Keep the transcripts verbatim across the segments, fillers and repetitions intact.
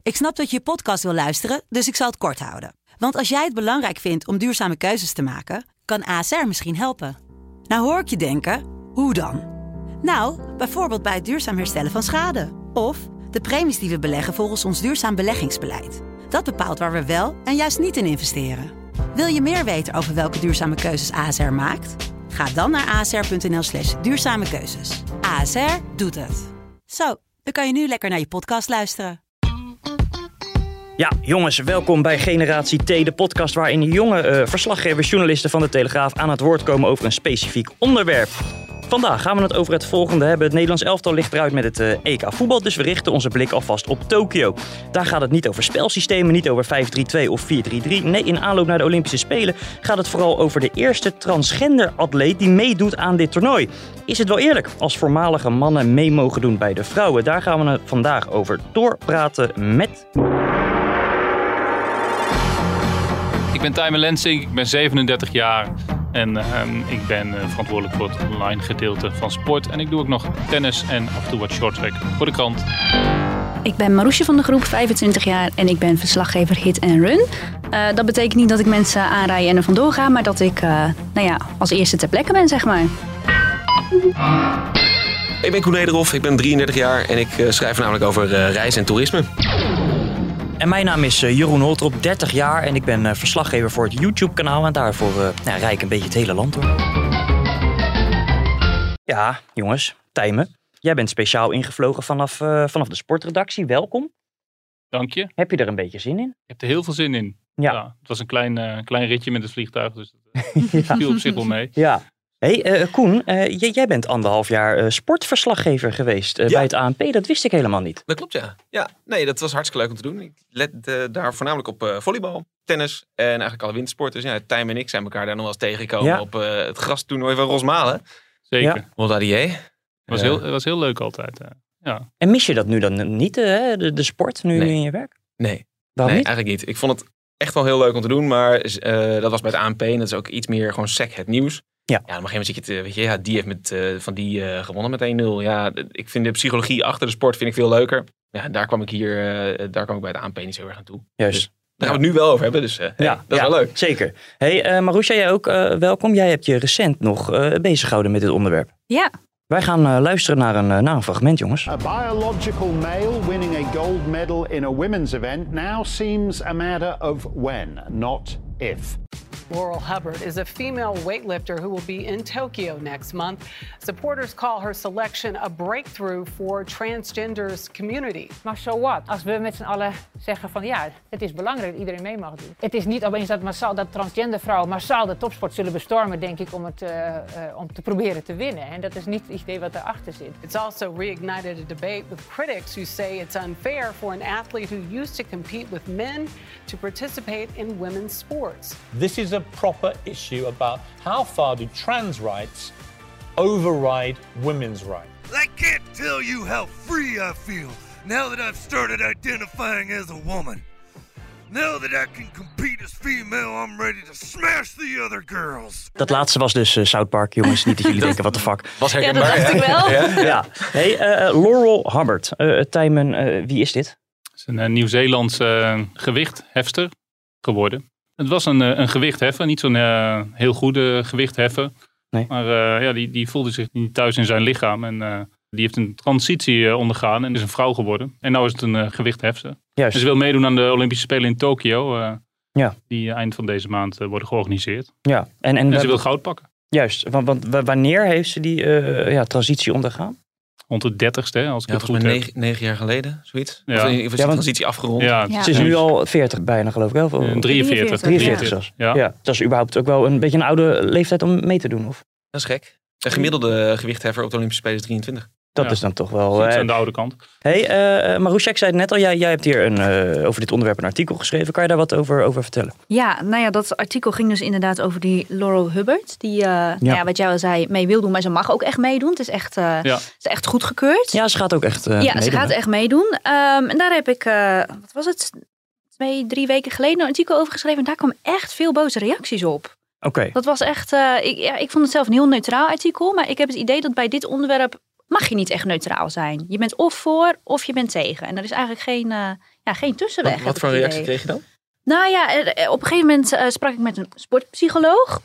Ik snap dat je je podcast wil luisteren, dus ik zal het kort houden. Want als jij het belangrijk vindt om duurzame keuzes te maken, kan A S R misschien helpen. Nou hoor ik je denken, hoe dan? Nou, bijvoorbeeld bij het duurzaam herstellen van schade. Of de premies die we beleggen volgens ons duurzaam beleggingsbeleid. Dat bepaalt waar we wel en juist niet in investeren. Wil je meer weten over welke duurzame keuzes A S R maakt? Ga dan naar asr.nl slash duurzame keuzes. A S R doet het. Zo, dan kan je nu lekker naar je podcast luisteren. Ja, jongens, welkom bij Generatie T, de podcast waarin jonge uh, verslaggevers, journalisten van de Telegraaf aan het woord komen over een specifiek onderwerp. Vandaag gaan we het over het volgende hebben. Het Nederlands elftal ligt eruit met het uh, E K voetbal, dus we richten onze blik alvast op Tokio. Daar gaat het niet over spelsystemen, niet over vijf drie twee of vier drie drie. Nee, in aanloop naar de Olympische Spelen gaat het vooral over de eerste transgender-atleet die meedoet aan dit toernooi. Is het wel eerlijk als voormalige mannen mee mogen doen bij de vrouwen? Daar gaan we het vandaag over doorpraten met... Ik ben Tijmen Lensink, ik ben zevenendertig jaar en uh, ik ben uh, verantwoordelijk voor het online gedeelte van sport. En ik doe ook nog tennis en af en toe wat shorttrack voor de krant. Ik ben Maroesje van de groep, vijfentwintig jaar en ik ben verslaggever hit en run. Uh, dat betekent niet dat ik mensen aanrij en er vandoor ga, maar dat ik uh, nou ja, als eerste ter plekke ben, zeg maar. Ik ben Koen Nederhof, ik ben drieëndertig jaar en ik uh, schrijf namelijk over uh, reis en toerisme. En mijn naam is uh, Jeroen Holtrop, dertig jaar en ik ben uh, verslaggever voor het YouTube-kanaal. En daarvoor uh, nou, rijd ik een beetje het hele land door. Ja, jongens, Tijmen, jij bent speciaal ingevlogen vanaf, uh, vanaf de sportredactie. Welkom. Dank je. Heb je er een beetje zin in? Ik heb er heel veel zin in. Ja. ja het was een klein, uh, klein ritje met het vliegtuig, dus dat uh, ja. viel op zich wel mee. Ja. Hey, uh, Koen, uh, j- jij bent anderhalf jaar uh, sportverslaggever geweest uh, ja. bij het A N P. Dat wist ik helemaal niet. Dat klopt, ja. Ja, nee, dat was hartstikke leuk om te doen. Ik let uh, daar voornamelijk op uh, volleybal, tennis en eigenlijk alle wintersporten. Dus ja, Tijm en ik zijn elkaar daar nog wel eens tegengekomen Ja. op uh, het grastoernooi van Rosmalen. Zeker. Ja. Wat hadden jij? Het was, heel, het was heel leuk altijd. Uh, ja. En mis je dat nu dan niet, uh, de, de sport, nu Nee. in je werk? Nee, Waarom nee niet? eigenlijk niet. Ik vond het echt wel heel leuk om te doen, maar uh, dat was bij het A N P en dat is ook iets meer gewoon sec het nieuws. Ja. Ja, op een gegeven moment zit je, het, weet je, ja, die heeft met, uh, van die uh, gewonnen met één nul. Ja, ik vind de psychologie achter de sport vind ik veel leuker. Ja, daar kwam ik hier, uh, daar kwam ik bij het A N P niet zo erg aan toe. Juist. Dus daar gaan we het nu wel over hebben, dus uh, hey, Ja, dat is ja, wel leuk. Zeker. Hey, uh, Maroesja, jij ook uh, welkom. Jij hebt je recent nog uh, bezig gehouden met dit onderwerp. Ja. Wij gaan uh, luisteren naar een, uh, naar een fragment, jongens. A biological male winning a gold medal in a women's event now seems a matter of when, not if. Laurel Hubbard is a female weightlifter who will be in Tokyo next month. Supporters call her selection a breakthrough for transgenders community. Maar so what? Als we met z'n allen zeggen van ja, het is belangrijk dat iedereen mee mag doen. Het is niet opeens dat, massaal, dat transgender vrouwen massaal de topsport zullen bestormen, denk ik, om, het, uh, uh, om te proberen te winnen. En dat is niet het idee wat erachter zit. It's also reignited a debate with critics who say it's unfair for an athlete who used to compete with men to participate in women's sports. This is a proper issue about how far do trans rights override women's rights. I can't tell you how free I feel now that I've started identifying as a woman. Now that I can compete as female, I'm ready to smash the other girls. Dat laatste was dus uh, South Park, jongens. Niet dat jullie denken, what the fuck. Was Ja, dat herkenbaar, dacht hè? ik wel. Ja. Ja. Hey, uh, Laurel Hubbard. Uh, Tijmen, uh, wie is dit? Het is een uh, Nieuw-Zeelandse uh, gewichthefster geworden. Het was een, uh, een gewichtheffer, niet zo'n uh, heel goede gewichtheffer. Nee. Maar uh, ja, die, die voelde zich niet thuis in zijn lichaam. En uh, die heeft een transitie uh, ondergaan en is een vrouw geworden. En nu is het een uh, gewichthefster. Juist. En ze wil meedoen aan de Olympische Spelen in Tokio. Uh, Ja. Die uh, eind van deze maand uh, worden georganiseerd. Ja. En, en, En ze wil goud pakken. Juist, want, want w- wanneer heeft ze die uh, ja, transitie ondergaan? Rond de dertigste, als ik Ja, het volgens goed mij heb. negen, negen jaar geleden, zoiets. Ja. Of, of is de Ja, want- transitie afgerond? Ja, Ja. Ze is nu al veertig bijna, geloof ik wel. Of, Uh, of- drieënveertig. drieënveertig zelfs. Ja. Ja. Dat is überhaupt ook wel een beetje een oude leeftijd om mee te doen. Of? Dat is gek. Een gemiddelde gewichtheffer op de Olympische Spelen is drieëntwintig. Dat Ja. is dan toch wel... Iets Uh, aan de oude kant. hey, uh, Maroesja, ik zei het net al. Jij, jij hebt hier een, uh, over dit onderwerp een artikel geschreven. Kan je daar wat over, over vertellen? Ja, nou ja, dat artikel ging dus inderdaad over die Laurel Hubbard. Die, uh, ja. Nou ja, wat jij al zei, mee wil doen, maar ze mag ook echt meedoen. Het is echt, uh, Ja. het is echt goedgekeurd. Ja, ze gaat ook echt uh, ja, meedoen, ze gaat hè? echt meedoen. Um, en daar heb ik, uh, wat was het, twee, drie weken geleden een artikel over geschreven. En daar kwamen echt veel boze reacties op. Oké. Dat was echt, uh, ik, ja, ik vond het zelf een heel neutraal artikel. Maar ik heb het idee dat bij dit onderwerp mag je niet echt neutraal zijn. Je bent of voor of je bent tegen. En er is eigenlijk geen, uh, ja, geen tussenweg. Wat, wat voor reactie kreeg je dan? Nou ja, op een gegeven moment uh, sprak ik met een sportpsycholoog.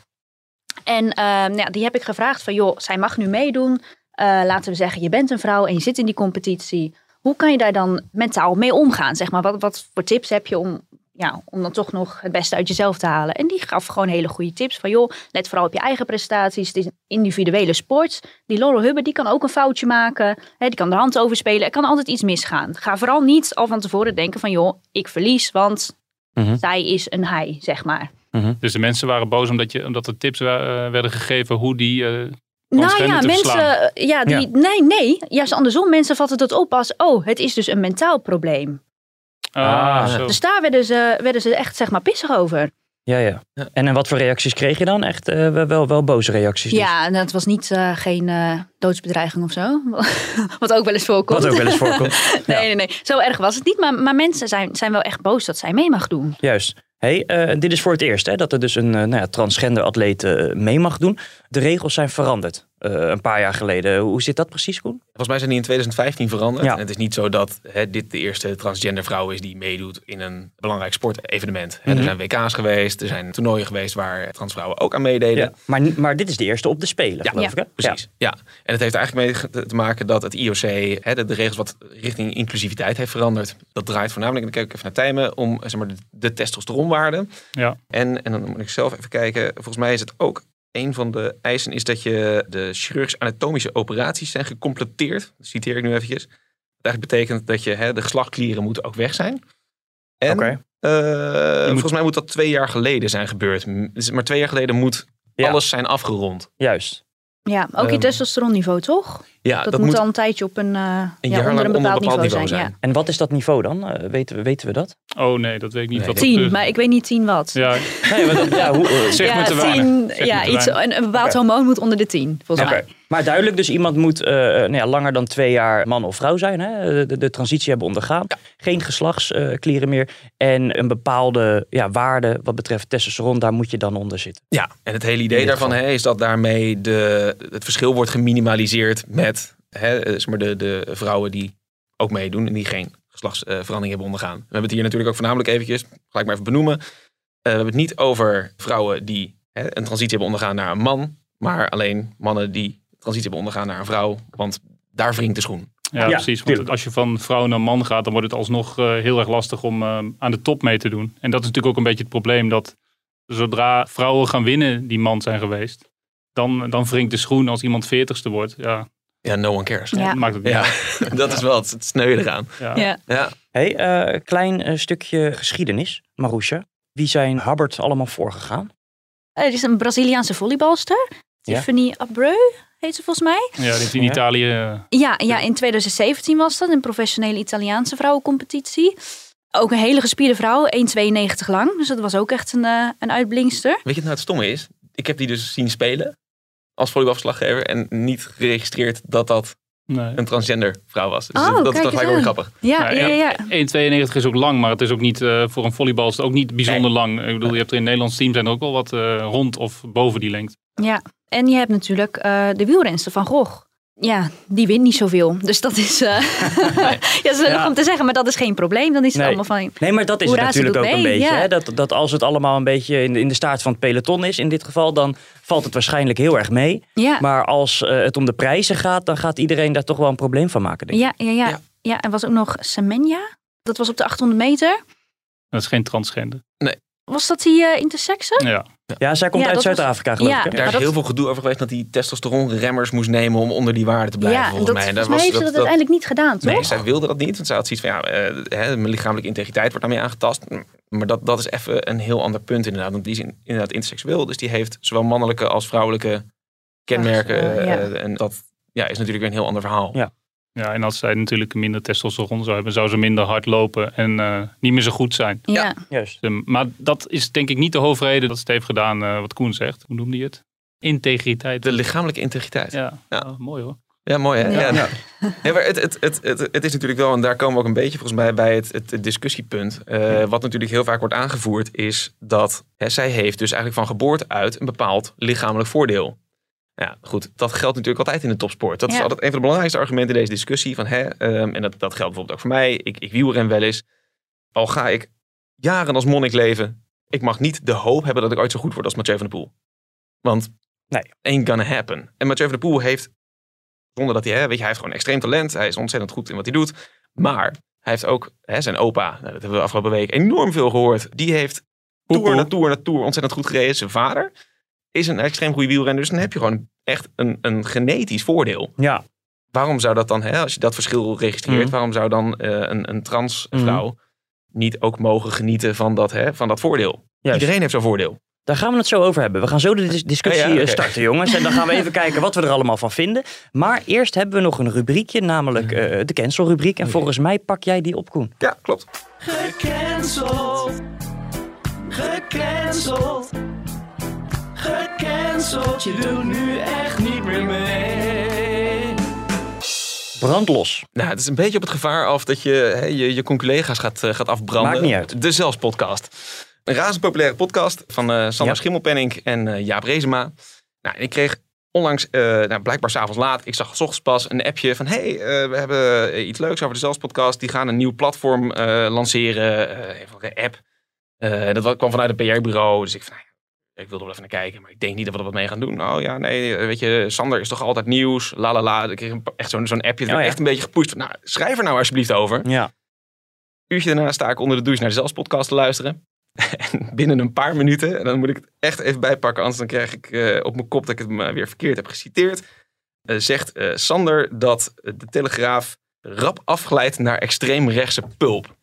En uh, nou ja, die heb ik gevraagd van, joh, zij mag nu meedoen. Uh, laten we zeggen, je bent een vrouw en je zit in die competitie. Hoe kan je daar dan mentaal mee omgaan? Zeg maar, wat, wat voor tips heb je om, ja, om dan toch nog het beste uit jezelf te halen? En die gaf gewoon hele goede tips van, joh, let vooral op je eigen prestaties. Het is een individuele sport. Die Laurel Hubbard, die kan ook een foutje maken. Hè, die kan de hand overspelen. Er kan altijd iets misgaan. Ga vooral niet al van tevoren denken van, joh, ik verlies, want mm-hmm. zij is een hij, zeg maar. Mm-hmm. Dus de mensen waren boos omdat, je, omdat er tips uh, werden gegeven hoe die... Uh... Nou ja, mensen, ja, die, ja. nee, nee, juist andersom. Mensen vatten dat op als, oh, het is dus een mentaal probleem. Ah, uh, dus daar werden ze, werden ze echt, zeg maar, pissig over. Ja, ja. En, en wat voor reacties kreeg je dan? Echt uh, wel, wel boze reacties? Dus. Ja, en het was niet uh, geen uh, doodsbedreiging of zo. Wat ook wel eens voorkomt. Wat ook wel eens voorkomt. nee, ja. nee, nee. Zo erg was het niet. Maar, maar mensen zijn, zijn wel echt boos dat zij mee mag doen. Juist. Hey, uh, dit is voor het eerst hè, dat er dus een uh, nou ja, transgender atleet uh, mee mag doen. De regels zijn veranderd uh, een paar jaar geleden. Hoe zit dat precies, Koen? Volgens mij zijn die in twintig vijftien veranderd. Ja. En het is niet zo dat hè, dit de eerste transgender vrouw is die meedoet in een belangrijk sportevenement. Mm-hmm. Er zijn W K's geweest, er zijn toernooien geweest waar transvrouwen ook aan meededen. Ja. Maar, maar dit is de eerste op de Spelen, ja, geloof ja. ik. Hè? Precies, ja. ja. En het heeft eigenlijk mee te maken dat het I O C hè, de, de regels wat richting inclusiviteit heeft veranderd. Dat draait voornamelijk, en dan kijk ik even naar Tijmen, om zeg maar, de, de testosteronwaarde. Ja. En, en dan moet ik zelf even kijken. Volgens mij is het ook een van de eisen is dat je de chirurgisch-anatomische operaties zijn gecompleteerd. Dat citeer ik nu eventjes. Dat eigenlijk betekent dat je hè, de geslachtklieren moeten ook weg zijn. En okay. uh, moet... volgens mij moet dat twee jaar geleden zijn gebeurd. Maar twee jaar geleden moet ja. alles zijn afgerond. Juist. Ja, ook je um, testosteronniveau, toch? Ja, dat, dat moet, moet al een tijdje op een, uh, een ja, onder een bepaald, onder een bepaald niveau, niveau zijn. zijn. Ja. En wat is dat niveau dan? Uh, weten, we, weten we dat? Oh nee, dat weet ik niet. Nee. Wat tien, dat, maar ik weet niet tien wat. Ja, nee, maar dat, ja, hoe, uh, zeg ja, me te weinig. tien, ja, iets, een, een bepaald okay. hormoon moet onder de tien, volgens okay. mij. Maar duidelijk, dus iemand moet uh, nou ja, langer dan twee jaar man of vrouw zijn. Hè? De, de transitie hebben ondergaan. Ja. Geen geslachtsklieren uh, meer. En een bepaalde ja, waarde wat betreft testosteron, daar moet je dan onder zitten. Ja, en het hele idee daarvan hè, is dat daarmee de, het verschil wordt geminimaliseerd met hè, zeg maar de, de vrouwen die ook meedoen en die geen geslachtsverandering uh, hebben ondergaan. We hebben het hier natuurlijk ook voornamelijk eventjes, gelijk maar even benoemen. Uh, we hebben het niet over vrouwen die hè, een transitie hebben ondergaan naar een man, maar alleen mannen die transitie hebben ondergaan naar een vrouw, want daar wringt de schoen. Ja, ja precies. Want als je van vrouw naar man gaat, dan wordt het alsnog uh, heel erg lastig om uh, aan de top mee te doen. En dat is natuurlijk ook een beetje het probleem dat zodra vrouwen gaan winnen die man zijn geweest, dan, dan wringt de schoen als iemand veertigste wordt. Ja, ja no one cares. Ja. Maakt het niet ja. uit. Dat is wel het, het sneu eraan. Ja. Ja. Ja. Hey, uh, klein uh, stukje geschiedenis, Marusha. Wie zijn Hubbard allemaal voorgegaan? Uh, er is een Braziliaanse volleybalster. Ja. Tiffany Abreu heet ze volgens mij. Ja, die is in Italië. Uh, ja, ja, in twintig zeventien was dat. Een professionele Italiaanse vrouwencompetitie. Ook een hele gespierde vrouw, één komma tweeënnegentig lang. Dus dat was ook echt een, uh, een uitblinkster. Weet je wat nou het stomme is? Ik heb die dus zien spelen als volleybalverslaggever en niet geregistreerd dat dat nee. een transgender vrouw was. Dus oh, dat is toch eigenlijk wel grappig. Ja, ja, ja. ja. één komma tweeënnegentig is ook lang, maar het is ook niet uh, voor een volleybal is het ook niet bijzonder nee. lang. Ik bedoel, je hebt er in het Nederlands team zijn er ook wel wat uh, rond of boven die lengte. Ja, en je hebt natuurlijk uh, de wielrenster Van Gogh. Ja, die wint niet zoveel. Dus dat is... Uh, nee. ja, dat is leuk ja. om te zeggen, maar dat is geen probleem. Dan is het nee. allemaal van... Nee, maar dat is het natuurlijk ook mee. een beetje. Ja. Hè? Dat, dat als het allemaal een beetje in de, in de staart van het peloton is in dit geval, dan valt het waarschijnlijk heel erg mee. Ja. Maar als uh, het om de prijzen gaat, dan gaat iedereen daar toch wel een probleem van maken, denk ik. Ja, ja, ja. ja. ja en was ook nog Semenya. Dat was op de achthonderd meter. Dat is geen transgender. Nee. Was dat die uh, intersexe? Ja. Ja, zij komt ja, uit Zuid-Afrika geloof ja, ik. Hè? Daar is dat... heel veel gedoe over geweest dat hij testosteronremmers moest nemen om onder die waarde te blijven. Ja, volgens dat, mij. volgens dat mij was, heeft dat, ze dat, dat uiteindelijk niet gedaan, toch? Nee, zij wilde dat niet. Want zij had zoiets van, ja, uh, hè, mijn lichamelijke integriteit wordt daarmee aangetast. Maar dat, dat is even een heel ander punt inderdaad. Want die is inderdaad interseksueel. Dus die heeft zowel mannelijke als vrouwelijke kenmerken. Ach, uh, ja. uh, en dat ja, is natuurlijk weer een heel ander verhaal. Ja. Ja, en als zij natuurlijk minder testosteron zou hebben, zou ze minder hard lopen en uh, niet meer zo goed zijn. Ja, ja. Juist. Um, maar dat is denk ik niet de hoofdreden dat ze het heeft gedaan uh, wat Koen zegt. Hoe noemde je het? Integriteit. De lichamelijke integriteit. Ja, ja. Oh, mooi hoor. Ja, mooi hè? Ja. Ja, ja. Ja, maar het, het, het, het, het is natuurlijk wel, en daar komen we ook een beetje volgens mij bij het, het discussiepunt. Uh, wat natuurlijk heel vaak wordt aangevoerd is dat hè, zij heeft dus eigenlijk van geboorte uit een bepaald lichamelijk voordeel. Ja, goed. Dat geldt natuurlijk altijd in de topsport. Dat Ja. is altijd een van de belangrijkste argumenten in deze discussie. Van, hè, um, en dat, dat geldt bijvoorbeeld ook voor mij. Ik, ik wielren wel eens. Al ga ik jaren als monnik leven. Ik mag niet de hoop hebben dat ik ooit zo goed word als Mathieu van der Poel. Want nee. ain't gonna happen. En Mathieu van der Poel heeft, zonder dat hij, hè, weet je, hij heeft gewoon extreem talent. Hij is ontzettend goed in wat hij doet. Maar hij heeft ook, hè, zijn opa, nou, dat hebben we afgelopen week enorm veel gehoord. Die heeft tour na tour na tour ontzettend goed gereden. Zijn vader is een extreem goede wielrenner. Dus dan heb je gewoon echt een, een genetisch voordeel. Ja. Waarom zou dat dan, hè, als je dat verschil registreert, Mm. waarom zou dan uh, een, een transvrouw mm. niet ook mogen genieten van dat, hè, van dat voordeel? Juist. Iedereen heeft zo'n voordeel. Daar gaan we het zo over hebben. We gaan zo de dis- discussie ja, ja, okay. starten, jongens. En dan gaan we even kijken wat we er allemaal van vinden. Maar eerst hebben we nog een rubriekje, namelijk uh, de cancelrubriek. En okay. volgens mij pak jij die op, Koen. Ja, klopt. Gecanceld. Gecanceld. Gecanceld. Je doet nu echt niet meer mee. Brand los. Nou, het is een beetje op het gevaar af dat je hè, je, je conculega's gaat, uh, gaat afbranden. Maakt niet uit. De Zelfs podcast. Een razend populaire podcast van uh, Sander ja. Schimmelpenninck en uh, Jaap Reesema. Nou, ik kreeg onlangs, uh, nou, blijkbaar 's avonds laat, ik zag 's ochtends pas een appje van hey, uh, we hebben iets leuks over de Zelfs podcast. Die gaan een nieuw platform uh, lanceren, uh, een app. Uh, dat kwam vanuit een P R-bureau. Dus ik van, nou, ik wilde wel even naar kijken, maar ik denk niet dat we er wat mee gaan doen. Oh ja, nee, weet je, Sander is toch altijd nieuws. La la la. Ik kreeg echt zo'n, zo'n appje. Dat oh, ja. echt een beetje gepusht. Nou, schrijf er nou alsjeblieft over. Ja. Uurtje daarna sta ik onder de douche naar de Zelfs podcast te luisteren. En binnen een paar minuten, en dan moet ik het echt even bijpakken, anders dan krijg ik uh, op mijn kop dat ik het me weer verkeerd heb geciteerd. Uh, zegt uh, Sander dat de Telegraaf rap afglijdt naar extreemrechtse pulp.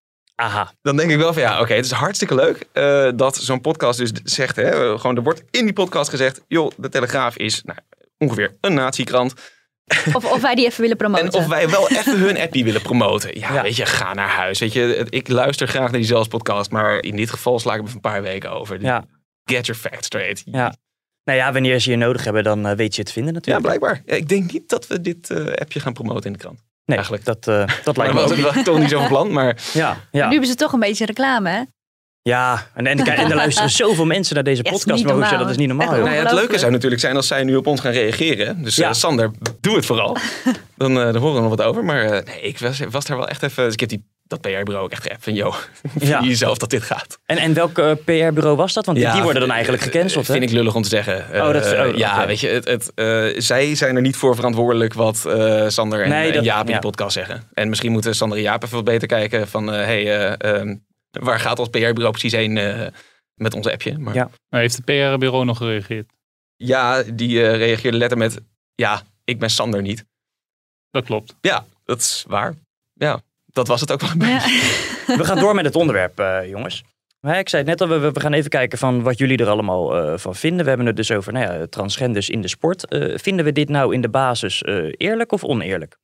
Aha. Dan denk ik wel van ja, oké, okay, het is hartstikke leuk uh, dat zo'n podcast dus zegt, hè, gewoon er wordt in die podcast gezegd, joh, de Telegraaf is nou, ongeveer een natiekrant. Of, of wij die even willen promoten. En of wij wel even hun appie willen promoten. Ja, ja, weet je, ga naar huis. Weet je, ik luister graag naar die Zelfs podcast, maar in dit geval sla ik me een paar weken over. Ja. Get your facts straight. Ja. Nou ja, wanneer ze je nodig hebben, dan uh, weet je het vinden natuurlijk. Ja, blijkbaar. Ja, ik denk niet dat we dit uh, appje gaan promoten in de krant. Nee, eigenlijk. dat, uh, dat lijkt me ook niet. Dat was toch niet zo van plan, maar... Ja, ja. Nu hebben ze toch een beetje reclame, hè? Ja, en, en, en er luisteren zoveel mensen naar deze podcast. Ja, maar dat is niet normaal. Nou ja, het leuke zou natuurlijk zijn als zij nu op ons gaan reageren. Dus ja. uh, Sander, doe het vooral. Dan, uh, dan horen we nog wat over. Maar uh, nee, ik was, was daar wel echt even... Dus ik heb die, dat P R-bureau ook echt geappt van... joh, ja. zie jezelf dat dit gaat. En, en welk uh, P R-bureau was dat? Want ja, die worden dan eigenlijk gecanceld, vind hè? ik lullig om te zeggen. Uh, oh, dat, oh, ja, okay. weet je, het, het, uh, zij zijn er niet voor verantwoordelijk... wat uh, Sander en, nee, dat, en Jaap in ja. de podcast zeggen. En misschien moeten Sander en Jaap even wat beter kijken van... Uh, hey, uh, um, waar gaat ons P R-bureau precies heen uh, met ons appje? Maar... Ja. Maar heeft het P R-bureau nog gereageerd? Ja, die uh, reageerde letterlijk met... Ja, ik ben Sander niet. Dat klopt. Ja, dat is waar. Ja, dat was het ook wel een beetje. Ja. We gaan door met het onderwerp, uh, jongens. Ik zei het net al, we, we gaan even kijken van wat jullie er allemaal uh, van vinden. We hebben het dus over nou ja, transgenders in de sport. Uh, vinden we dit nou in de basis uh, eerlijk of oneerlijk?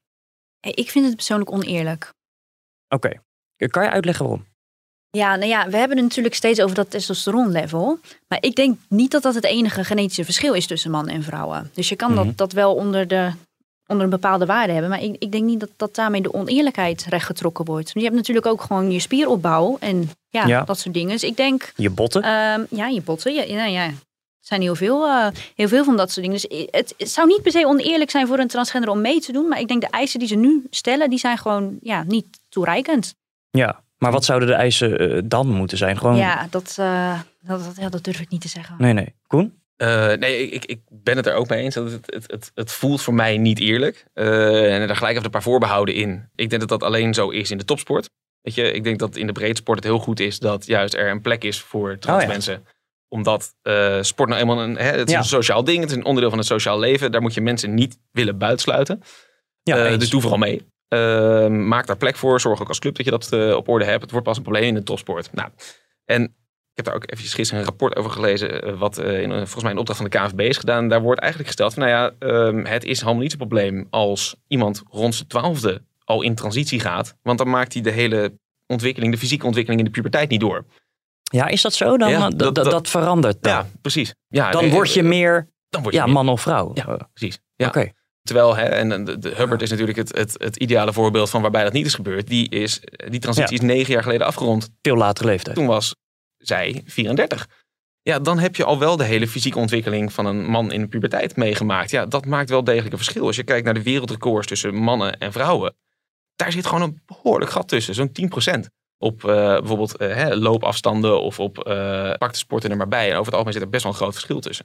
Ik vind het persoonlijk oneerlijk. Oké. Okay. Kan je uitleggen waarom? Ja, nou ja, we hebben het natuurlijk steeds over dat testosteronlevel. Maar ik denk niet dat dat het enige genetische verschil is tussen mannen en vrouwen. Dus je kan mm-hmm. dat, dat wel onder, de, onder een bepaalde waarde hebben. Maar ik, ik denk niet dat, dat daarmee de oneerlijkheid rechtgetrokken wordt. Want je hebt natuurlijk ook gewoon je spieropbouw en ja, ja. dat soort dingen. Dus ik denk... Je botten? Um, ja, je botten. Ja, ja, ja. Er zijn heel veel, uh, heel veel van dat soort dingen. Dus het, het zou niet per se oneerlijk zijn voor een transgender om mee te doen. Maar ik denk de eisen die ze nu stellen, die zijn gewoon ja, niet toereikend. Ja. Maar wat zouden de eisen uh, dan moeten zijn? Gewoon... Ja, dat, uh, dat, dat, ja, dat durf ik niet te zeggen. Nee, nee. Koen? Uh, nee, ik, ik ben het er ook mee eens. Het, het, het, het voelt voor mij niet eerlijk. Uh, en daar gelijk even een paar voorbehouden in. Ik denk dat dat alleen zo is in de topsport. Weet je, ik denk dat in de breedsport het heel goed is dat juist er een plek is voor trans oh, ja. mensen. Omdat uh, sport nou eenmaal een, hè, het is ja. een sociaal ding. Het is een onderdeel van het sociaal leven. Daar moet je mensen niet willen buitsluiten. Ja, uh, dus doe vooral mee. Uh, maak daar plek voor. Zorg ook als club dat je dat uh, op orde hebt. Het wordt pas een probleem in de topsport. Nou, en ik heb daar ook eventjes gisteren een rapport over gelezen. Uh, wat uh, in, volgens mij in opdracht van de K N V B is gedaan. Daar wordt eigenlijk gesteld van, nou ja, um, het is helemaal niet zo'n probleem als iemand rond zijn twaalfde al in transitie gaat. Want dan maakt hij de hele ontwikkeling, de fysieke ontwikkeling in de puberteit niet door. Ja, is dat zo? Dan, ja, dat, dat, dat verandert dan. Ja, precies. Ja, dan word je meer dan word je ja, meer. man of vrouw. Ja, precies. Ja. Oké. Okay. Terwijl, hè, en de, de Hubbard is natuurlijk het, het, het ideale voorbeeld van waarbij dat niet is gebeurd. Die, is, die transitie ja. is negen jaar geleden afgerond. Veel latere leeftijd. Toen was zij vierendertig. Ja, dan heb je al wel de hele fysieke ontwikkeling van een man in de puberteit meegemaakt. Ja, dat maakt wel degelijk een verschil. Als je kijkt naar de wereldrecords tussen mannen en vrouwen. Daar zit gewoon een behoorlijk gat tussen. Zo'n tien procent. Op uh, bijvoorbeeld uh, hè, loopafstanden of op uh, pak de sporten er maar bij. En over het algemeen zit er best wel een groot verschil tussen.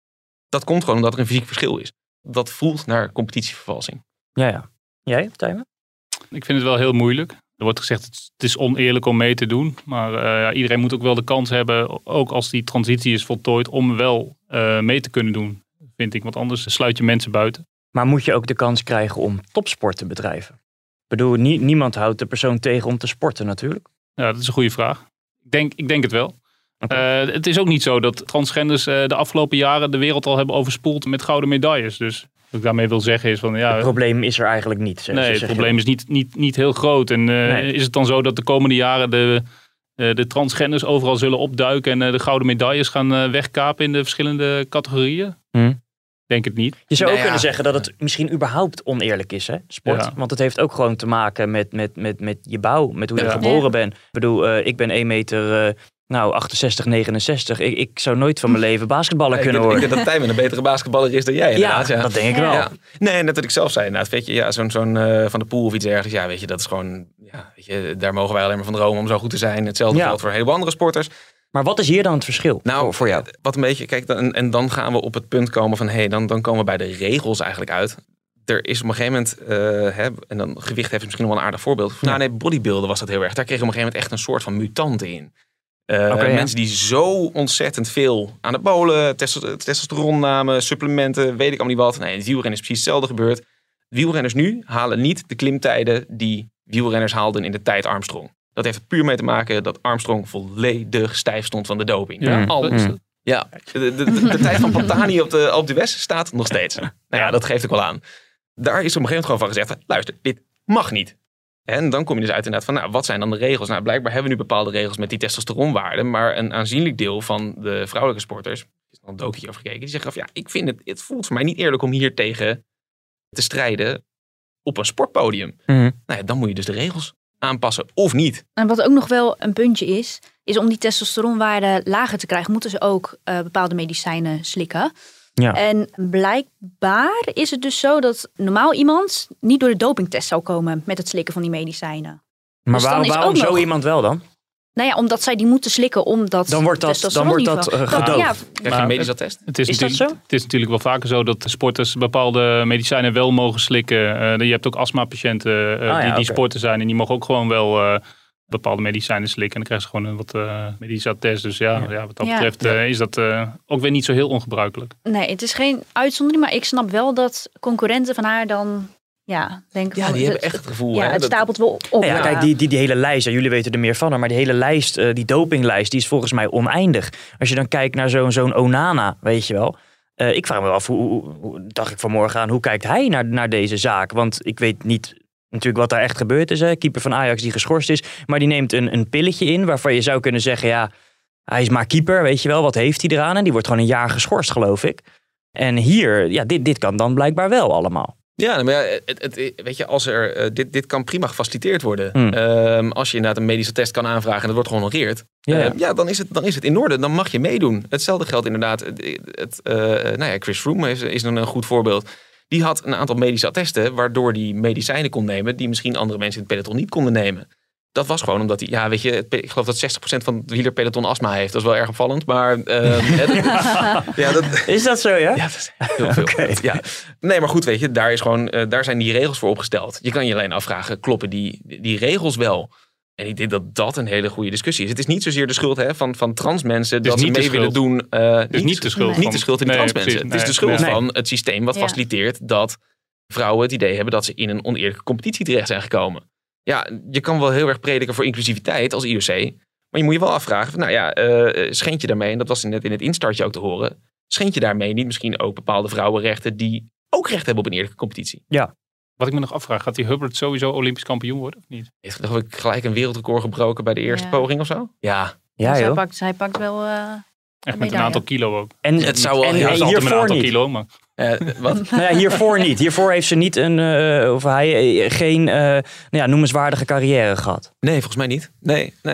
Dat komt gewoon omdat er een fysiek verschil is. Dat voelt naar competitievervalsing. Ja, ja. Jij, Tijmen? Ik vind het wel heel moeilijk. Er wordt gezegd, het is oneerlijk om mee te doen. Maar uh, ja, iedereen moet ook wel de kans hebben, ook als die transitie is voltooid, om wel uh, mee te kunnen doen, vind ik. Want anders sluit je mensen buiten. Maar moet je ook de kans krijgen om topsport te bedrijven? Ik bedoel, nie, niemand houdt de persoon tegen om te sporten natuurlijk. Ja, dat is een goede vraag. Ik denk, ik denk het wel. Okay. Uh, het is ook niet zo dat transgenders uh, de afgelopen jaren de wereld al hebben overspoeld met gouden medailles. Dus wat ik daarmee wil zeggen is van... ja, het probleem is er eigenlijk niet. Zeg, nee, het probleem is niet, niet, niet heel groot. En uh, nee. Is het dan zo dat de komende jaren de, uh, de transgenders overal zullen opduiken en uh, de gouden medailles gaan uh, wegkapen in de verschillende categorieën? Hmm. Denk het niet. Je zou nou ook ja. kunnen zeggen dat het misschien überhaupt oneerlijk is, hè, sport. Ja. Want het heeft ook gewoon te maken met, met, met, met je bouw, met hoe je ja. geboren ja. bent. Ik bedoel, uh, ik ben één meter... Uh, Nou, achtenzestig, negenenzestig. Ik, ik zou nooit van mijn leven basketballer ja, kunnen ik, worden. Ik denk dat Tijmen een betere basketballer is dan jij inderdaad. Ja, ja. dat denk ik wel. Ja. Nee, net wat ik zelf zei inderdaad. Weet je, ja, zo'n, zo'n uh, Van de Poel of iets dergelijks. Ja, weet je, dat is gewoon... Ja, weet je, daar mogen wij alleen maar van dromen om zo goed te zijn. Hetzelfde ja. geldt voor een heleboel andere sporters. Maar wat is hier dan het verschil nou, voor, voor jou? Wat een beetje, kijk, dan, en dan gaan we op het punt komen van... hé, hey, dan, dan komen we bij de regels eigenlijk uit. Er is op een gegeven moment, uh, hè, en dan gewicht heeft misschien nog wel een aardig voorbeeld. Ja. Nou nee, bodybuilden was dat heel erg. Daar kregen we op een gegeven moment echt een soort van mutanten in. Uh, okay, mensen ja. die zo ontzettend veel aan de bolen, testosteron namen, supplementen, weet ik allemaal niet wat. Nee, in het wielrennen is precies hetzelfde gebeurd. Wielrenners nu halen niet de klimtijden die wielrenners haalden in de tijd Armstrong. Dat heeft er puur mee te maken dat Armstrong volledig stijf stond van de doping. Ja, ja, alles. Mm. Ja, de, de, de, de tijd van Pantani op de Alpe d'Huez staat nog steeds. Nou ja, dat geeft ook wel aan. Daar is op een gegeven moment gewoon van gezegd, luister, dit mag niet. En dan kom je dus uit inderdaad van, nou, wat zijn dan de regels? Nou, blijkbaar hebben we nu bepaalde regels met die testosteronwaarden. Maar een aanzienlijk deel van de vrouwelijke sporters, er is nog een documentje over gekeken, die zeggen van, ja, ik vind het, het voelt voor mij niet eerlijk om hier tegen te strijden op een sportpodium. Mm-hmm. Nou ja, dan moet je dus de regels aanpassen of niet. En wat ook nog wel een puntje is, is om die testosteronwaarden lager te krijgen, moeten ze ook uh, bepaalde medicijnen slikken. Ja. En blijkbaar is het dus zo dat normaal iemand niet door de dopingtest zou komen met het slikken van die medicijnen. Maar dus waarom, waarom zo nog, iemand wel dan? Nou ja, omdat zij die moeten slikken omdat dan wordt dat, dan wordt dat uh, gedoogd. Ja, krijg je een medische attest? Het is, is dat zo? Het is natuurlijk wel vaker zo dat sporters bepaalde medicijnen wel mogen slikken. Uh, je hebt ook astmapatiënten uh, ah, ja, die, die okay. sporten zijn en die mogen ook gewoon wel... Uh, bepaalde medicijnen slikken. En dan krijgen ze gewoon een wat uh, medische attest. Dus ja, ja. ja wat dat ja. betreft uh, is dat uh, ook weer niet zo heel ongebruikelijk. Nee, het is geen uitzondering. Maar ik snap wel dat concurrenten van haar dan... Ja, denk ja, die van, hebben het, echt het gevoel. Ja, hè, het dat... stapelt wel op. Ja, ja. Kijk, die, die, die hele lijst, ja, jullie weten er meer van. Maar die hele lijst, uh, die dopinglijst, die is volgens mij oneindig. Als je dan kijkt naar zo'n, zo'n Onana, weet je wel. Uh, ik vraag me af, hoe, hoe, hoe dacht ik vanmorgen aan, hoe kijkt hij naar, naar deze zaak? Want ik weet niet... Natuurlijk wat daar echt gebeurd is. Hè? Keeper van Ajax die geschorst is. Maar die neemt een, een pilletje in waarvan je zou kunnen zeggen... ja, hij is maar keeper, weet je wel. Wat heeft hij eraan? En die wordt gewoon een jaar geschorst, geloof ik. En hier, ja, dit, dit kan dan blijkbaar wel allemaal. Ja, maar ja, het, het, weet je, als er, uh, dit, dit kan prima gefaciliteerd worden. Hmm. Um, als je inderdaad een medische test kan aanvragen en dat wordt gehonoreerd. Ja, ja. Uh, ja dan, is het, dan is het in orde. Dan mag je meedoen. Hetzelfde geldt inderdaad. Het, het, uh, nou ja, Chris Froome is, is een, een goed voorbeeld. Die had een aantal medische attesten, waardoor hij medicijnen kon nemen die misschien andere mensen in het peloton niet konden nemen. Dat was gewoon omdat hij, ja, weet je, ik geloof dat zestig procent van het wielerpeloton astma heeft. Dat is wel erg opvallend, maar... Uh, het, ja, dat, is dat zo, ja? Ja, dat is heel veel. Okay. Ja. Nee, maar goed, weet je, daar, is gewoon, uh, daar zijn die regels voor opgesteld. Je kan je alleen afvragen, kloppen die, die regels wel? En ik denk dat dat een hele goede discussie is. Het is niet zozeer de schuld hè, van, van trans mensen dat ze mee willen doen. Uh, het is niet, niet de schuld, nee. niet de schuld in de nee, trans mensen. Nee, het is de schuld nee. van het systeem wat ja. faciliteert dat vrouwen het idee hebben dat ze in een oneerlijke competitie terecht zijn gekomen. Ja, je kan wel heel erg prediken voor inclusiviteit als I O C. Maar je moet je wel afvragen, van, nou ja, uh, schend je daarmee, en dat was net in het instartje ook te horen, schend je daarmee niet misschien ook bepaalde vrouwenrechten die ook recht hebben op een eerlijke competitie? Ja. Wat ik me nog afvraag, gaat die Hubbard sowieso Olympisch kampioen worden of niet? Heeft geloof ik gelijk een wereldrecord gebroken bij de eerste ja. poging of zo? Ja. Ja, dus hij, pakt, hij pakt wel... Uh, Echt met een aantal kilo ook. En het zou wel... En, ja, en hiervoor een aantal niet. Kilo, maar... Uh, wat? nou ja, hiervoor niet. Hiervoor heeft ze niet een... Uh, of hij uh, geen uh, nou ja, noemenswaardige carrière gehad. Nee, volgens mij niet. Nee, nee.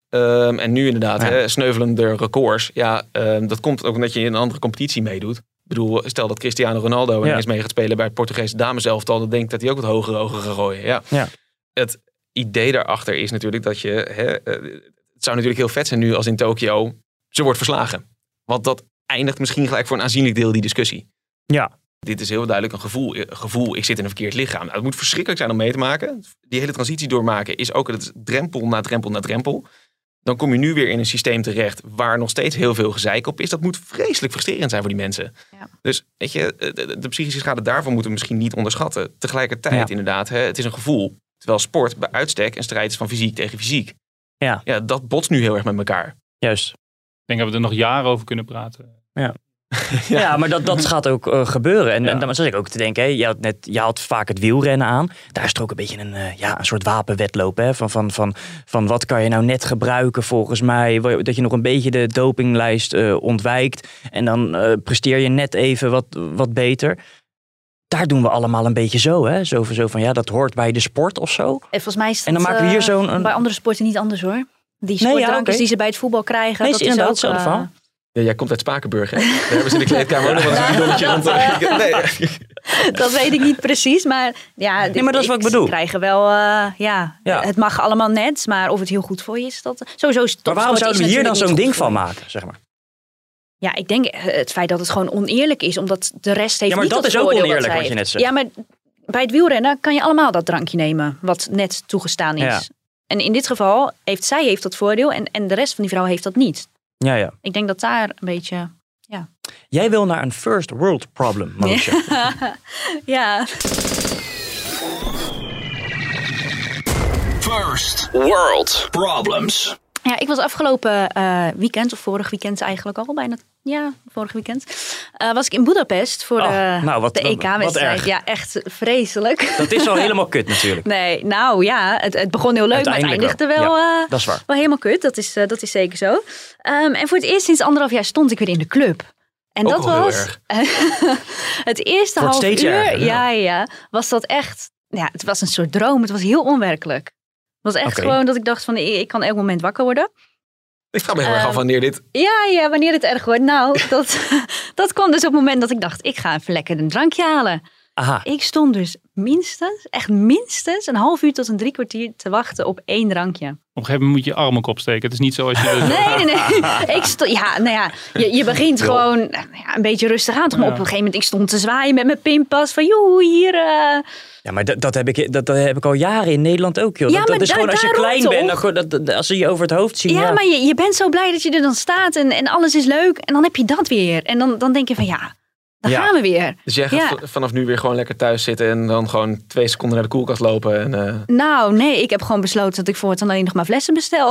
Um, en nu inderdaad, Ja. hè, sneuvelende records. Ja, um, dat komt ook omdat je in een andere competitie meedoet. Ik bedoel, stel dat Cristiano Ronaldo ineens Ja. mee gaat spelen bij het Portugese dameselftal. Dan denk ik dat hij ook wat hogere ogen gaat gooien. Ja. Ja. Het idee daarachter is natuurlijk dat je... Hè, uh, het zou natuurlijk heel vet zijn nu als in Tokio ze wordt verslagen. Want dat eindigt misschien gelijk voor een aanzienlijk deel die discussie. Ja. Dit is heel duidelijk een gevoel. gevoel ik zit in een verkeerd lichaam. Nou, het moet verschrikkelijk zijn om mee te maken. Die hele transitie doormaken is ook het drempel na drempel na drempel. Dan kom je nu weer in een systeem terecht waar nog steeds heel veel gezeik op is. Dat moet vreselijk frustrerend zijn voor die mensen. Ja. Dus weet je, de, de psychische schade daarvan moeten we misschien niet onderschatten. Tegelijkertijd Ja. inderdaad, hè, het is een gevoel. Terwijl sport bij uitstek een strijd is van fysiek tegen fysiek. Ja. Ja, dat botst nu heel erg met elkaar. Juist. Ik denk dat we er nog jaren over kunnen praten. Ja. Ja, ja, maar dat, dat gaat ook uh, gebeuren. En, Ja. en dan zat ik ook te denken, hè, je, had net, je had vaak het wielrennen aan. Daar is er ook een beetje een, uh, ja, een soort wapenwedloop. Hè, van, van, van, van wat kan je nou net gebruiken volgens mij. Dat je nog een beetje de dopinglijst uh, ontwijkt. En dan uh, presteer je net even wat, wat beter. Daar doen we allemaal een beetje zo. Hè? Zo, zo van, ja, dat hoort bij de sport of zo. En volgens mij is dat En dan maken we hier uh, zo'n... Een... bij andere sporten niet anders hoor. Die Nee, ja, sportdrankjes oké. die ze bij het voetbal krijgen. Nee, dat is is inderdaad ook, hetzelfde uh, verhaal. Ja, jij komt uit Spakenburg, hè? Daar hebben ze in de kleedkamer ook nog wel eens een bidonnetje rond. Nee. Dat weet ik niet precies, maar ja, Nee, maar dat is wat ik bedoel. Ze krijgen wel, uh, ja, Ja. het mag allemaal net, maar of het heel goed voor je is, dat sowieso is Maar waarom topsport zouden is we hier dan natuurlijk zo'n niet ding goed van voor je. maken, zeg maar? Ja, ik denk uh, het feit dat het gewoon oneerlijk is, omdat de rest heeft Ja, maar niet dat het is ook voordeel oneerlijk, zij wat je heeft. net zegt. Ja, maar bij het wielrennen kan je allemaal dat drankje nemen, wat net toegestaan is. Ja. En in dit geval heeft zij heeft dat voordeel en, en de rest van die vrouw heeft dat niet. Ja, ja. Ik denk dat daar een beetje, ja. Jij wil naar een first world problem, Marusha. Ja. First World Problems. Ja, ik was afgelopen uh, weekend, of vorig weekend eigenlijk al, bijna, ja, vorig weekend, uh, was ik in Budapest voor Oh, de, nou, wat- de wat- E K-wedstrijd. wat erg. Ja, echt vreselijk. Dat is al helemaal kut natuurlijk. Nee, nou ja, het, het begon heel leuk, maar het Uiteindelijk eindigde wel, wel. Ja, uh, dat is waar. wel helemaal kut. Dat is, uh, dat is zeker zo. Um, en voor het eerst sinds anderhalf jaar stond ik weer in de club. En Ook dat al heel was erg. het eerste Wordt half steeds uur. erger, ja. ja, ja, was dat echt. Ja, het was een soort droom. Het was heel onwerkelijk. Het was echt Oké. gewoon dat ik dacht van ik ik kan elk moment wakker worden. Ik vraag me heel erg Ehm, af wanneer dit... Ja, ja, wanneer het erg wordt. Nou, dat, dat kwam dus op het moment dat ik dacht, ik ga even lekker een drankje halen. Aha. Ik stond dus minstens, echt minstens een half uur tot een drie kwartier te wachten op één drankje. Op een gegeven moment moet je je arm ook opsteken. Het is niet zo als je... Nee, nee, nee. Ik stond, ja, nou ja, je, je begint gewoon nou ja, een beetje rustig aan. Toch, maar Ja. op een gegeven moment, ik stond te zwaaien met mijn pinpas van joe, hier. uh, Ja, maar dat, dat, heb ik, dat, dat heb ik al jaren in Nederland ook, joh. Ja, dat, dat maar is gewoon da- als je daarom klein bent, toch? dan, dat, dat, als ze je over het hoofd zien. Ja, Ja, maar je, je bent zo blij dat je er dan staat en, en alles is leuk. En dan heb je dat weer. En dan, dan denk je van ja, dan Ja. gaan we weer. Dus jij gaat Ja. v- vanaf nu weer gewoon lekker thuis zitten en dan gewoon twee seconden naar de koelkast lopen. En, uh... Nou, nee, ik heb gewoon besloten dat ik voortaan alleen nog maar flessen bestel.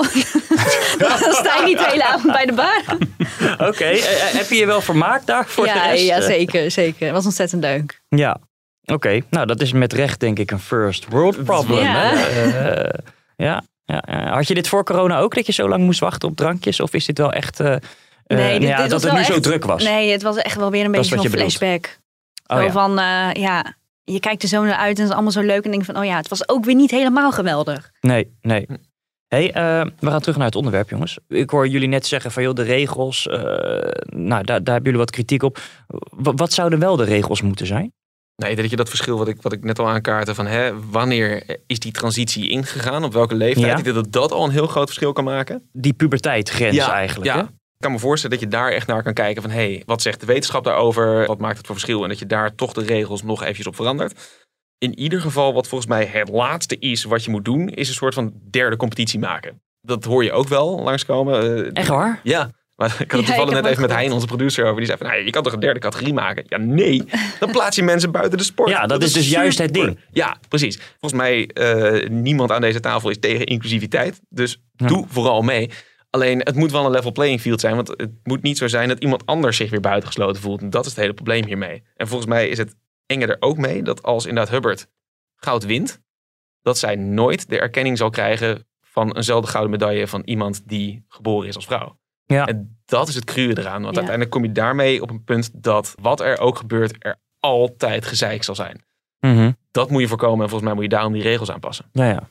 Dan sta je niet de hele avond bij de bar. Oké, eh, eh, heb je je wel vermaakt daar voor de Ja, rest? ja, zeker, zeker. Het was ontzettend leuk. Ja, oké. Nou, dat is met recht denk ik een first world problem. Ja. Hè? Eh, ja, ja, ja. Had je dit voor corona ook, dat je zo lang moest wachten op drankjes? Of is dit wel echt eh, eh, Nee, nou dit, ja, dit dat was het wel nu zo echt- druk was? Nee, het was echt wel weer een Dat is beetje zo'n wat je bedoelt. flashback. Oh, zo ja. van, uh, ja, je kijkt er zo naar uit en het is allemaal zo leuk. En denk van, oh ja, het was ook weer niet helemaal geweldig. Nee, nee. Hey, uh, we gaan terug naar het onderwerp, jongens. Ik hoor jullie net zeggen van, joh, de regels. Uh, nou, daar, daar hebben jullie wat kritiek op. W- wat zouden wel de regels moeten zijn? Nee, ik denk dat je dat verschil wat ik, wat ik net al aankaartte van hè, wanneer is die transitie ingegaan, op welke leeftijd, Ja. ik denk dat dat al een heel groot verschil kan maken. Die puberteitgrens Ja, eigenlijk, ja. hè? Ik kan me voorstellen dat je daar echt naar kan kijken van hé, hey, wat zegt de wetenschap daarover? Wat maakt het voor verschil? En dat je daar toch de regels nog eventjes op verandert. In ieder geval, wat volgens mij het laatste is wat je moet doen, is een soort van derde competitie maken. Dat hoor je ook wel langskomen. Uh, Echt waar? Ja. Maar ik had het Ja, ik toevallig heb net even ook met gehoord. Hein, onze producer, over. Die zei van, nou, je kan toch een derde categorie maken? Ja, nee. Dan plaats je mensen buiten de sport. Ja, dat is dus juist het super. ding. Ja, precies. Volgens mij, uh, niemand aan deze tafel is tegen inclusiviteit. Dus Ja. doe vooral mee. Alleen, het moet wel een level playing field zijn. Want het moet niet zo zijn dat iemand anders zich weer buitengesloten voelt. En dat is het hele probleem hiermee. En volgens mij is het enge er ook mee dat als inderdaad Hubbard goud wint, dat zij nooit de erkenning zal krijgen van eenzelfde gouden medaille van iemand die geboren is als vrouw. Ja. En dat is het cruwe eraan. Want Ja. uiteindelijk kom je daarmee op een punt dat wat er ook gebeurt, er altijd gezeik zal zijn. Mhm. Dat moet je voorkomen en volgens mij moet je daarom die regels aanpassen. Ja, ja.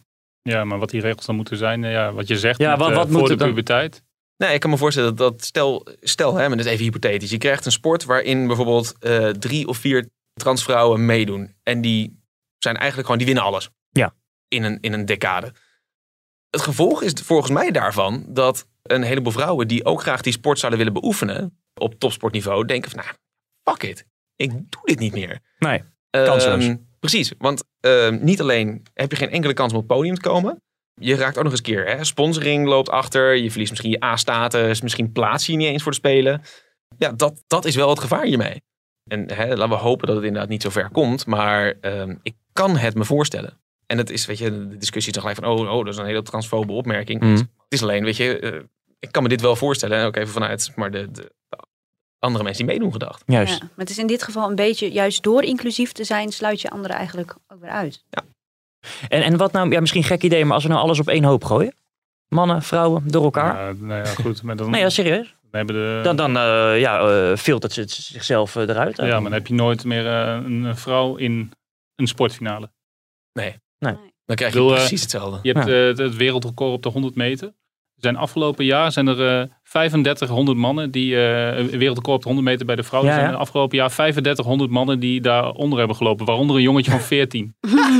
Ja, maar wat die regels dan moeten zijn, ja, wat je zegt, Ja, met, wat- uh, wat voor moet de het dan? puberteit. Nee, ik kan me voorstellen dat stel, stel hè, maar dat is even hypothetisch. Je krijgt een sport waarin bijvoorbeeld uh, drie of vier transvrouwen meedoen. En die zijn eigenlijk gewoon, die winnen alles. Ja. In een, in een decade. Het gevolg is volgens mij daarvan dat een heleboel vrouwen die ook graag die sport zouden willen beoefenen op topsportniveau, denken van, nou, fuck it. Ik doe dit niet meer. Nee, kansloos. Um, precies, want um, niet alleen heb je geen enkele kans om op het podium te komen. Je raakt ook nog eens een keer, hè, sponsoring loopt achter. Je verliest misschien je A-status. Misschien plaats je je niet eens voor de Spelen. Ja, dat, dat is wel het gevaar hiermee. En hè, laten we hopen dat het inderdaad niet zo ver komt. Maar um, ik kan het me voorstellen. En het is, weet je, de discussie is dan gelijk van, oh, oh dat is een hele transfobe opmerking. Mm. Het is alleen, weet je, uh, ik kan me dit wel voorstellen. En ook even vanuit maar de, de andere mensen die meedoen gedacht. Juist. Ja, maar het is in dit geval een beetje, juist door inclusief te zijn, sluit je anderen eigenlijk ook weer uit. Ja. En, en wat nou, ja, misschien gek idee, maar als we nou alles op één hoop gooien? Mannen, vrouwen, door elkaar? Ja, nou ja, goed. Maar dan, Nee, ja, serieus? dan hebben de, Dan, dan uh, ja, uh, filtert het zichzelf uh, eruit. ja, maar dan heb je noonooit meer uh, een vrouw in een sportfinale. Nee. Nee. Dan krijg je Ik bedoel, precies hetzelfde. Je hebt Ja. uh, het wereldrecord op de honderd meter. Er zijn afgelopen jaar zijn er uh, vijfendertighonderd mannen die uh, een wereldrecord op de honderd meter bij de vrouwen. Ja, Er ja. zijn afgelopen jaar vijfendertighonderd mannen die daaronder hebben gelopen. Waaronder een jongetje van veertien.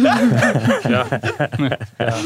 ja. ja.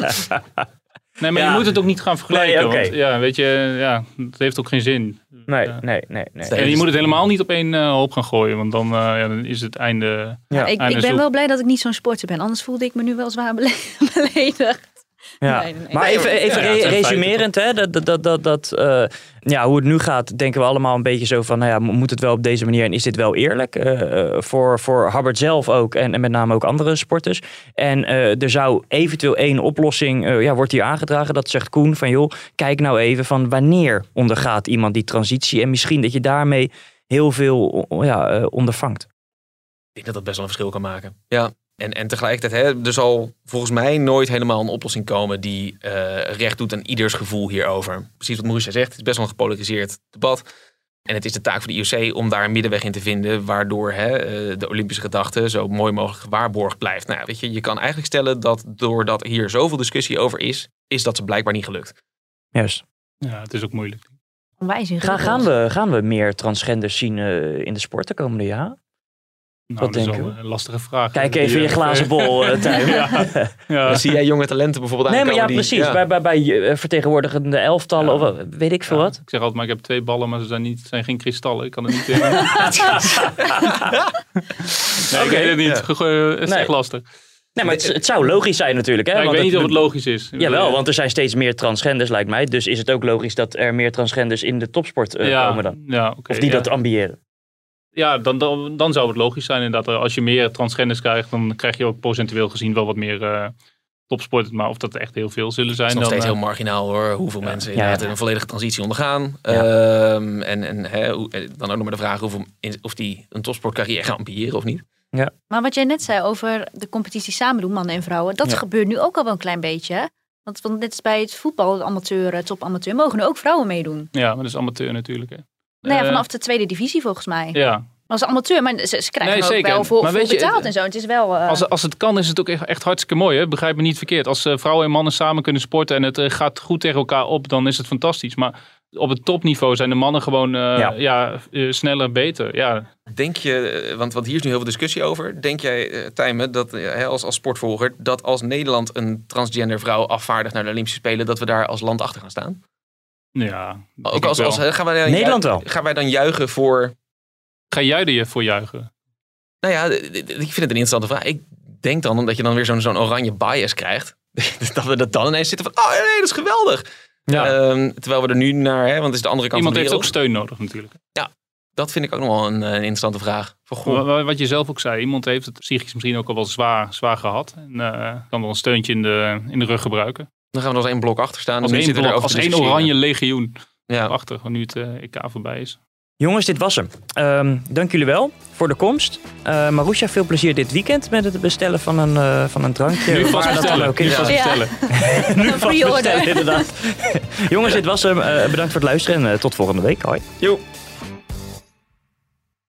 Nee, maar Ja. je moet het ook niet gaan vergelijken. Nee, oké. Want ja, weet je, ja, het heeft ook geen zin. Nee, Ja. nee, nee. nee. En je moet het helemaal niet op één uh, hoop gaan gooien. Want dan, uh, ja, dan is het einde. Ja. ik, einde ik ben zoek. wel blij dat ik niet zo'n sporter ben. Anders voelde ik me nu wel zwaar bele- beledigd. Ja. Nee, nee, nee. Maar even, even Ja, ja, het re- zijn resumerend, hè, dat, dat, dat, dat, dat, uh, ja, hoe het nu gaat, denken we allemaal een beetje zo van, nou ja, moet het wel op deze manier en is dit wel eerlijk? Uh, uh, voor, voor Hubbard zelf ook en, en met name ook andere sporters. En uh, er zou eventueel één oplossing, uh, ja, wordt hier aangedragen, dat zegt Koen van, joh, kijk nou even van wanneer ondergaat iemand die transitie en misschien dat je daarmee heel veel ja, uh, ondervangt. Ik denk dat dat best wel een verschil kan maken. Ja. En, en tegelijkertijd, hè, er zal volgens mij nooit helemaal een oplossing komen die uh, recht doet aan ieders gevoel hierover. Precies wat Marusha zegt, het is best wel een gepolariseerd debat. En het is de taak van de I O C om daar een middenweg in te vinden, waardoor hè, uh, de Olympische gedachte zo mooi mogelijk gewaarborgd blijft. Nou, weet je, je kan eigenlijk stellen dat doordat hier zoveel discussie over is, is dat ze blijkbaar niet gelukt. Juist. Ja, het is ook moeilijk. Onwijs Ga, ingewikkeld. gaan, we, gaan we meer transgenders zien uh, in de sport de komende jaren? Nou, Wat dat is denken wel we? een lastige vraag. Kijk Die, even in je uh, glazen bol, uh, Tijm. ja. Ja. Dan zie jij jonge talenten bijvoorbeeld Nee, maar ja, aankomen die- precies. ja. Bij, bij, bij uh, vertegenwoordigende elftallen Ja. of uh, weet ik veel Ja, wat. Ik zeg altijd, maar ik heb twee ballen, maar ze zijn, niet, zijn geen kristallen. Ik kan het niet in. nee, ik Oké, weet het niet. ja. Ge- ge- Het is Nee. echt lastig. Nee, maar het, het zou logisch zijn natuurlijk. Hè? Ja, ik Want weet niet het- of het logisch is. Jawel, want er zijn steeds meer transgenders lijkt mij. Dus is het ook logisch dat er meer transgenders in de topsport uh, ja, komen dan. Ja, okay, Of die ja. dat ambiëren. Ja, dan, dan, dan zou het logisch zijn inderdaad. Als je meer transgenders krijgt, dan krijg je ook procentueel gezien wel wat meer uh, topsport. Maar of dat echt heel veel zullen zijn. Het is nog dan, steeds uh, heel marginaal hoor, hoeveel Ja. mensen Ja, inderdaad ja. een volledige transitie ondergaan. Ja. Um, en en hè, hoe- dan ook nog maar de vraag hoeveel, of die een topsportcarrière gaan ambiëren of niet. Maar wat jij net zei over de competitie samen doen, mannen en vrouwen. Dat Ja. gebeurt nu ook al wel een klein beetje. Hè? Want, want net als bij het voetbal, de amateur, eh, topamateur, mogen nu ook vrouwen meedoen. Ja, maar dat is amateur natuurlijk. Hè. Nou ja, Eh, vanaf de tweede divisie volgens mij. Ja, Maar als amateur, maar ze, ze krijgen Nee, er ook zeker. wel voor, Maar voor weet je, betaald en zo. Het is wel... eh, Als, als het kan is het ook echt, echt hartstikke mooi. Hè? Begrijp me niet verkeerd. Als uh, vrouwen en mannen samen kunnen sporten en het uh, gaat goed tegen elkaar op, dan is het fantastisch. Maar op het topniveau zijn de mannen gewoon uh, Ja. ja. uh, sneller, beter. Ja. Denk je, want, want hier is nu heel veel discussie over. Denk jij, uh, Tijmen, dat uh, hè, als, als sportvolger, dat als Nederland een transgender vrouw afvaardigt naar de Olympische Spelen, dat we daar als land achter gaan staan? Ja, denk Ook als, ik als, wel. hè, gaan, wij dan Nederland ju- wel. gaan wij dan juichen voor... Ga jij er je voor juichen? Nou ja, d- d- ik vind het een interessante vraag. Ik denk dan dat je dan weer zo'n zo'n oranje bias krijgt. dat we dat dan ineens zitten van, oh nee, dat is geweldig. Ja. Um, terwijl we er nu naar, hè, want het is de andere kant Iemand van de heeft ook wereld. steun nodig natuurlijk. Dat vind ik ook nog wel een, een interessante vraag. Van, goh, Wa- Wat je zelf ook zei, iemand heeft het psychisch misschien ook al wel zwaar, zwaar gehad. En uh, kan wel een steuntje in de, in de rug gebruiken. dan gaan we er als één blok achter staan. Als en nu één, zitten we blok, erover als te één discussiëren. oranje legioen. Ja. Achter, nu het uh, E K voorbij is. Jongens, dit was hem. Um, dank jullie wel voor de komst. Uh, Marusha, veel plezier dit weekend met het bestellen van een, uh, van een drankje. Nu Waar vast dat dan bestellen. ook is. Nu vast Ja. bestellen. Nu vast pre-order. bestellen, inderdaad. Jongens, dit was hem. Uh, bedankt voor het luisteren en uh, tot volgende week. Hoi. Joep.